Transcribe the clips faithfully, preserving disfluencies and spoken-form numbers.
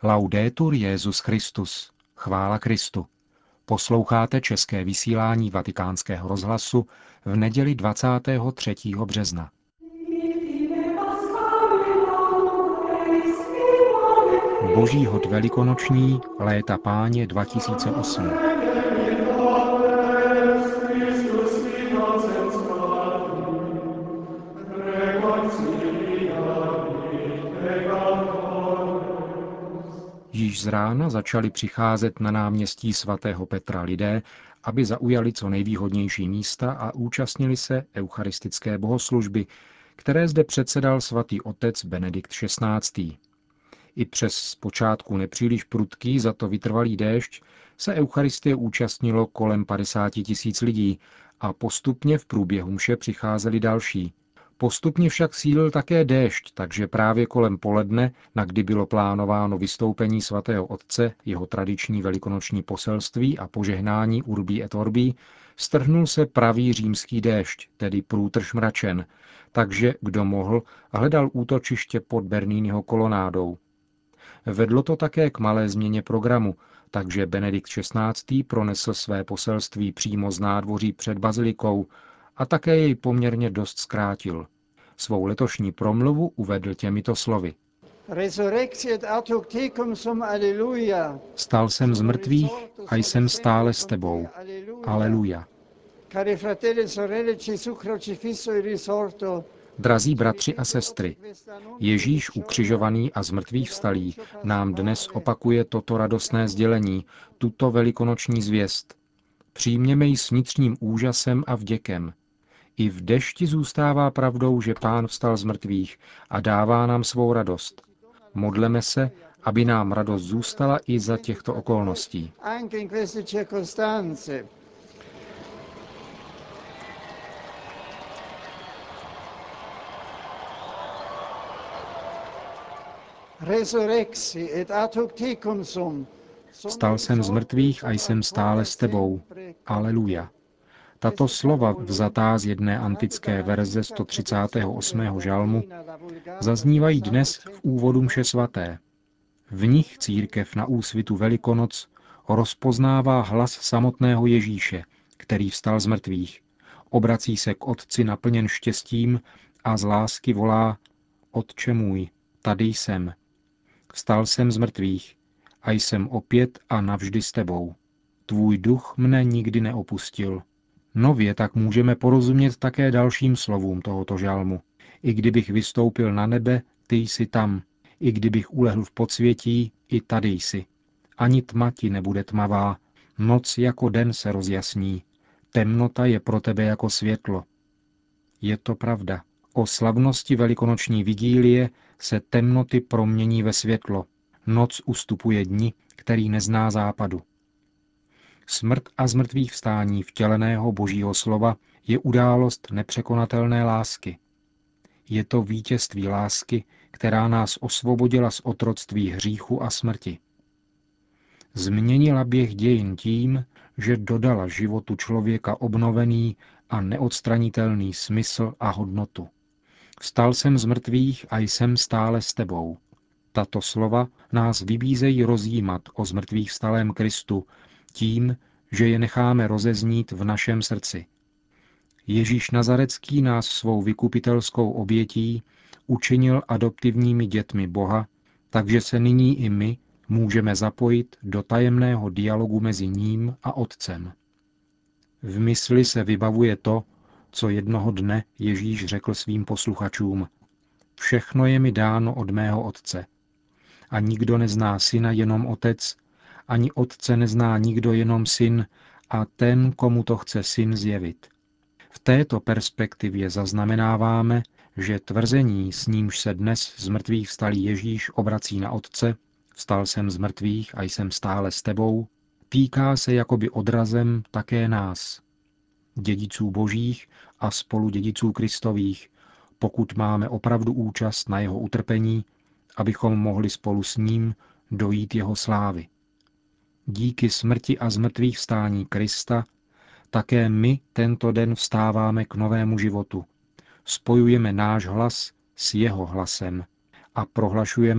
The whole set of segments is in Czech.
Laudetur Jesus Christus. Chvála Kristu. Posloucháte české vysílání Vatikánského rozhlasu v neděli dvacátého třetího března. Boží hod velikonoční léta Páně dva tisíce osm. Již z rána začali přicházet na náměstí svatého Petra lidé, aby zaujali co nejvýhodnější místa a účastnili se eucharistické bohoslužby, které zde předsedal svatý otec Benedikt šestnáctý. I přes zpočátku nepříliš prudký, za to vytrvalý déšť se eucharistie účastnilo kolem padesát tisíc lidí a postupně v průběhu mše přicházeli další. Postupně však sílil také déšť, takže právě kolem poledne, na kdy bylo plánováno vystoupení svatého otce, jeho tradiční velikonoční poselství a požehnání Urbi et Orbi, strhnul se pravý římský déšť, tedy průtrž mračen, takže kdo mohl, hledal útočiště pod Berniniho kolonádou. Vedlo to také k malé změně programu, takže Benedikt šestnáctý pronesl své poselství přímo z nádvoří před bazilikou a také jej poměrně dost zkrátil. Svou letošní promluvu uvedl těmito slovy. Vstal jsem z mrtvých a jsem stále s tebou. Aleluja. Drazí bratři a sestry, Ježíš ukřižovaný a z mrtvých vstalý nám dnes opakuje toto radostné sdělení, tuto velikonoční zvěst. Přijměme ji s vnitřním úžasem a vděkem. I v dešti zůstává pravdou, že Pán vstal z mrtvých a dává nám svou radost. Modleme se, aby nám radost zůstala i za těchto okolností. Vstal jsem z mrtvých a jsem stále s tebou. Aleluja. Tato slova, vzatá z jedné antické verze sto třicátého osmého žalmu, zaznívají dnes v úvodu mše svaté. V nich církev na úsvitu Velikonoc rozpoznává hlas samotného Ježíše, který vstal z mrtvých. Obrací se k Otci naplněn štěstím a z lásky volá: Otče můj, tady jsem. Vstal jsem z mrtvých a jsem opět a navždy s tebou. Tvůj duch mne nikdy neopustil. Nově tak můžeme porozumět také dalším slovům tohoto žalmu. I kdybych vystoupil na nebe, ty jsi tam. I kdybych ulehl v podsvětí, i tady jsi. Ani tma ti nebude tmavá. Noc jako den se rozjasní. Temnota je pro tebe jako světlo. Je to pravda. O slavnosti velikonoční vigílie se temnoty promění ve světlo. Noc ustupuje dni, který nezná západu. Smrt a zmrtvých vstání vtěleného Božího slova je událost nepřekonatelné lásky. Je to vítězství lásky, která nás osvobodila z otroctví hříchu a smrti. Změnila běh dějin tím, že dodala životu člověka obnovený a neodstranitelný smysl a hodnotu. Vstal jsem z mrtvých a jsem stále s tebou. Tato slova nás vybízejí rozjímat o zmrtvých vstalém Kristu tím, že je necháme rozeznít v našem srdci. Ježíš Nazarecký nás svou vykupitelskou obětí učinil adoptivními dětmi Boha, takže se nyní i my můžeme zapojit do tajemného dialogu mezi ním a Otcem. V mysli se vybavuje to, co jednoho dne Ježíš řekl svým posluchačům. Všechno je mi dáno od mého Otce. A nikdo nezná syna jenom Otec, ani Otce nezná nikdo jenom syn a ten, komu to chce syn zjevit. V této perspektivě zaznamenáváme, že tvrzení, s nímž se dnes z mrtvých vstalý Ježíš obrací na Otce, vstal jsem z mrtvých a jsem stále s tebou, týká se jakoby odrazem také nás, dědiců božích a spoludědiců Kristových, pokud máme opravdu účast na jeho utrpení, abychom mohli spolu s ním dojít jeho slávy. Díky smrti a zmrtvých vstání Krista také my tento den vstáváme k novému životu. Spojujeme náš hlas s jeho hlasem a prohlašujeme,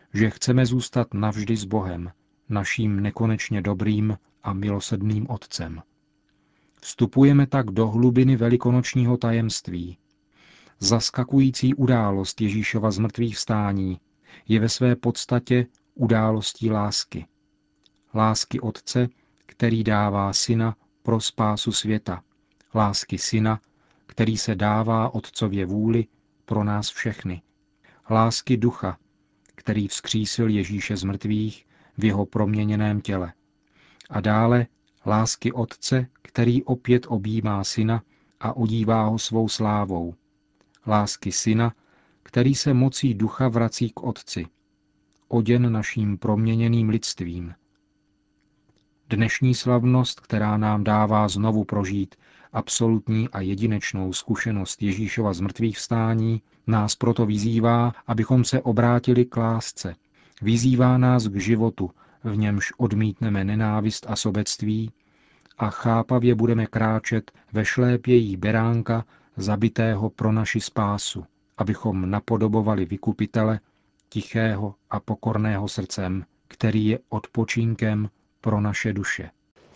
že chceme zůstat navždy s Bohem, naším nekonečně dobrým a milosrdným Otcem. Vstupujeme tak do hlubiny velikonočního tajemství. Zaskakující událost Ježíšova zmrtvýchvstání je ve své podstatě událostí lásky. Lásky Otce, který dává Syna pro spásu světa. Lásky Syna, který se dává Otcově vůli pro nás všechny. Lásky Ducha, který vzkřísil Ježíše z mrtvých v jeho proměněném těle. A dále lásky Otce, který opět objímá Syna a odívá ho svou slávou. Lásky Syna, který se mocí Ducha vrací k Otci, oděn naším proměněným lidstvím. Dnešní slavnost, která nám dává znovu prožít absolutní a jedinečnou zkušenost Ježíšova zmrtvýchvstání, nás proto vyzývá, abychom se obrátili k lásce. Vyzývá nás k životu, v němž odmítneme nenávist a sobectví a chápavě budeme kráčet ve šlépějích beránka, zabitého pro naši spásu, abychom napodobovali vykupitele, tichého a pokorného srdcem, který je odpočinkem pro naše duše.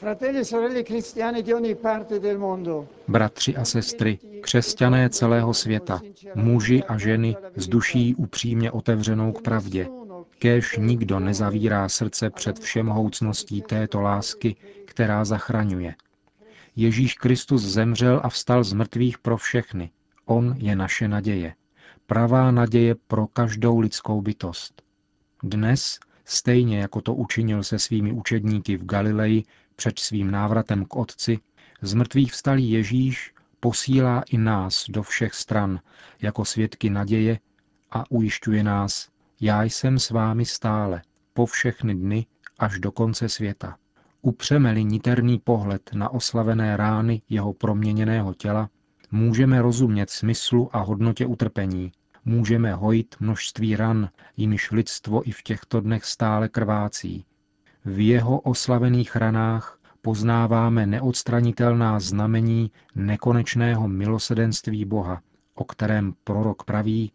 Bratři a sestry, křesťané celého světa, muži a ženy s duší upřímně otevřenou k pravdě, kéž nikdo nezavírá srdce před všemohoucností této lásky, která zachraňuje. Ježíš Kristus zemřel a vstal z mrtvých pro všechny. On je naše naděje. Pravá naděje pro každou lidskou bytost. Dnes, stejně jako to učinil se svými učedníky v Galileji před svým návratem k Otci, zmrtvých vstalý Ježíš posílá i nás do všech stran jako svědky naděje a ujišťuje nás: já jsem s vámi stále, po všechny dny až do konce světa. Upřeme-li niterný pohled na oslavené rány jeho proměněného těla, můžeme rozumět smyslu a hodnotě utrpení. Můžeme hojit množství ran, jimiž lidstvo i v těchto dnech stále krvácí. V jeho oslavených ranách poznáváme neodstranitelná znamení nekonečného milosedenství Boha, o kterém prorok praví: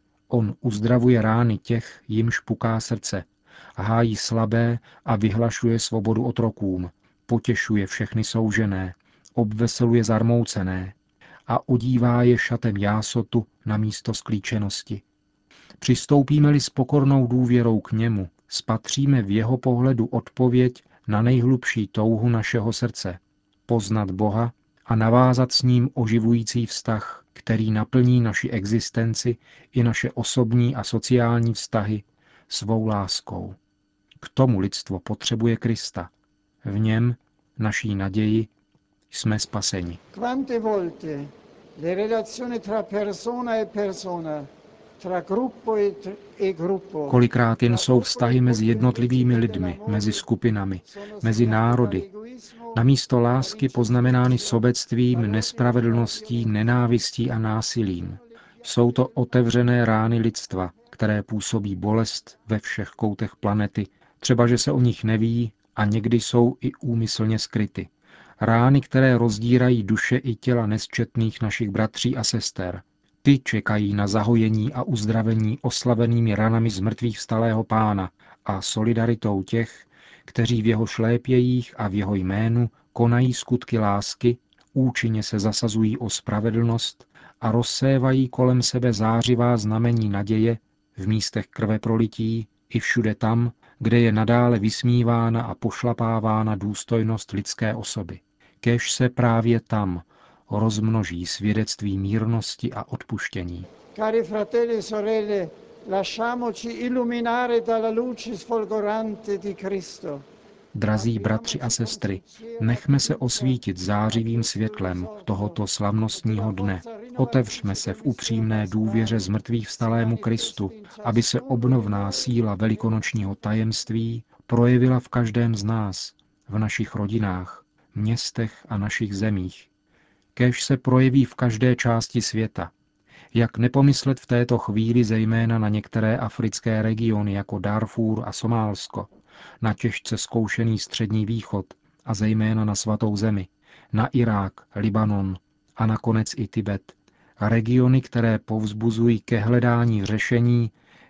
on uzdravuje rány těch, jimž puká srdce, hájí slabé a vyhlašuje svobodu otrokům, potěšuje všechny soužené, obveseluje zarmoucené a odívá je šatem jásotu na místo sklíčenosti. Přistoupíme-li s pokornou důvěrou k němu, spatříme v jeho pohledu odpověď na nejhlubší touhu našeho srdce, poznat Boha a navázat s ním oživující vztah, který naplní naši existenci i naše osobní a sociální vztahy svou láskou. K tomu lidstvo potřebuje Krista. V něm, naší naději, jsme spaseni. Quante volte le relazioni tra persona e persona, tra gruppo e gruppo. Kolikrát jen jsou vztahy mezi jednotlivými lidmi, mezi skupinami, mezi národy, namísto lásky poznamenány sobectvím, nespravedlností, nenávistí a násilím. Jsou to otevřené rány lidstva, které působí bolest ve všech koutech planety, třeba že se o nich neví a někdy jsou i úmyslně skryty. Rány, které rozdírají duše i těla nesčetných našich bratří a sester. Ty čekají na zahojení a uzdravení oslavenými ranami zmrtvýchvstalého Pána a solidaritou těch, kteří v jeho šlépějích a v jeho jménu konají skutky lásky, účinně se zasazují o spravedlnost a rozsévají kolem sebe zářivá znamení naděje v místech krveprolití i všude tam, kde je nadále vysmívána a pošlapávána důstojnost lidské osoby. Kéž se právě tam rozmnoží svědectví mírnosti a odpuštění. Cari fratelli e sorelle, lasciamoci illuminare dalla luce sfolgorante di Cristo. Drazí bratři a sestry, nechme se osvítit zářivým světlem tohoto slavnostního dne. Otevřme se v upřímné důvěře zmrtvýchvstalému Kristu, aby se obnovná síla velikonočního tajemství projevila v každém z nás, v našich rodinách, městech a našich zemích. Kéž se projeví v každé části světa. Jak nepomyslet v této chvíli zejména na některé africké regiony jako Darfur a Somálsko, na těžce zkoušený Střední východ a zejména na Svatou zemi, na Irák, Libanon a nakonec i Tibet, regiony, které povzbuzují ke hledání řešení,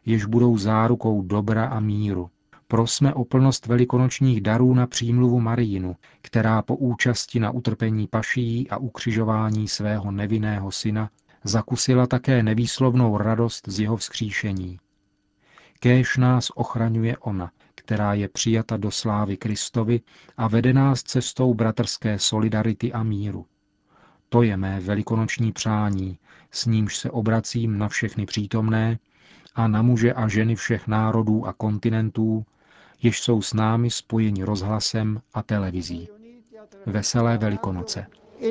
jež budou zárukou dobra a míru. Prosme o plnost velikonočních darů na přímluvu Marijinu, která po účasti na utrpení paší a ukřižování svého nevinného syna zakusila také nevýslovnou radost z jeho vzkříšení. Kéž nás ochraňuje ona, která je přijata do slávy Kristovi a vede nás cestou bratrské solidarity a míru. To je mé velikonoční přání, s nímž se obracím na všechny přítomné a na muže a ženy všech národů a kontinentů, jež jsou s námi spojeni rozhlasem a televizí. Veselé Velikonoce.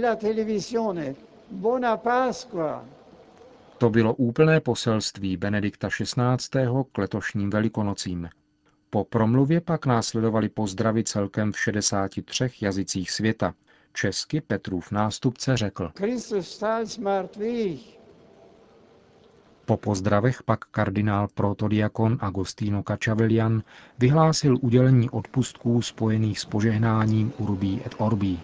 To bylo úplné poselství Benedikta šestnáctého k letošním Velikonocím. Po promluvě pak následovali pozdravy celkem v šedesáti třech jazycích světa. Česky Petrův nástupce řekl: Kristus vstal z mrtvých. Po pozdravech pak kardinál protodiakon Agostino Cacciavillan vyhlásil udělení odpustků spojených s požehnáním Urbi et Orbi.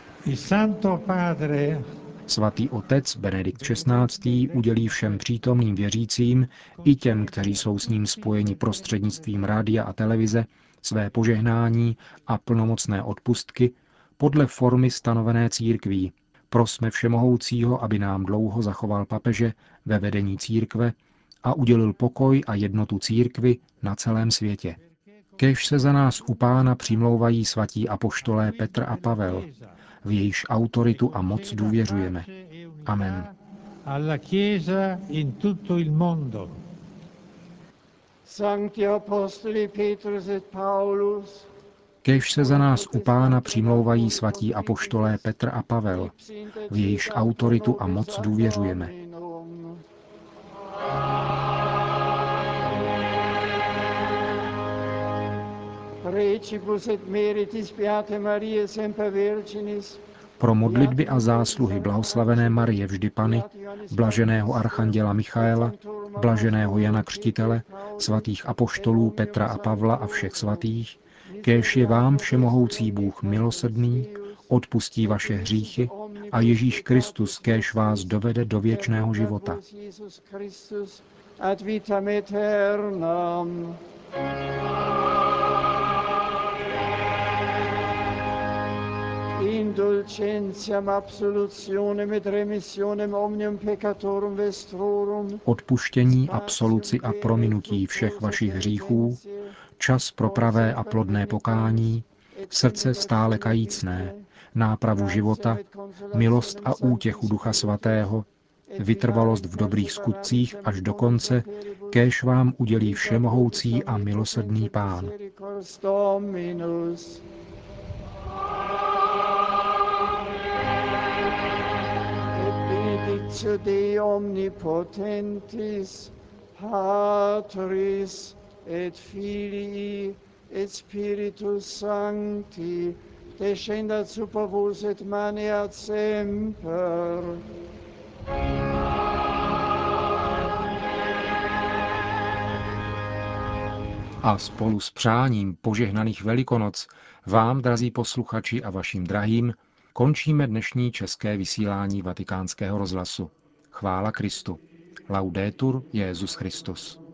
Svatý otec Benedikt šestnáctý udělí všem přítomným věřícím i těm, kteří jsou s ním spojeni prostřednictvím rádia a televize, své požehnání a plnomocné odpustky podle formy stanovené církví. Prosme Všemohoucího, aby nám dlouho zachoval papeže ve vedení církve a udělil pokoj a jednotu církvi na celém světě. Kéž se za nás u Pána přimlouvají svatí apoštolé Petr a Pavel, v jejíž autoritu a moc důvěřujeme. Amen. Sancti apostoli Petrus et Paulus, Kéž se za nás u Pána přimlouvají svatí apoštolé Petr a Pavel, v jejíž autoritu a moc důvěřujeme. Pro modlitby a zásluhy blahoslavené Marie vždy Panny, blaženého archanděla Michaela, blaženého Jana Křtitele, svatých apoštolů Petra a Pavla a všech svatých, kéž je vám všemohoucí Bůh milosrdný, odpustí vaše hříchy a Ježíš Kristus kéž vás dovede do věčného života. Indulgentiam absolutionem et remissionem omnium peccatorum vestrorum. Odpuštění, absoluci a prominutí všech vašich hříchů, čas pro pravé a plodné pokání, srdce stále kajícné, nápravu života, milost a útěchu Ducha Svatého, vytrvalost v dobrých skutcích až do konce, kéž vám udělí všemohoucí a milosrdný Pán. Benedictio Dei omnipotentis, Patris et Filii et Spiritus Sancti, descendat super vos et maneat semper. A spolu s přáním požehnaných Velikonoc vám, drazí posluchači, a vašim drahým, končíme dnešní české vysílání Vatikánského rozhlasu. Chvála Kristu. Laudetur Jesus Christus.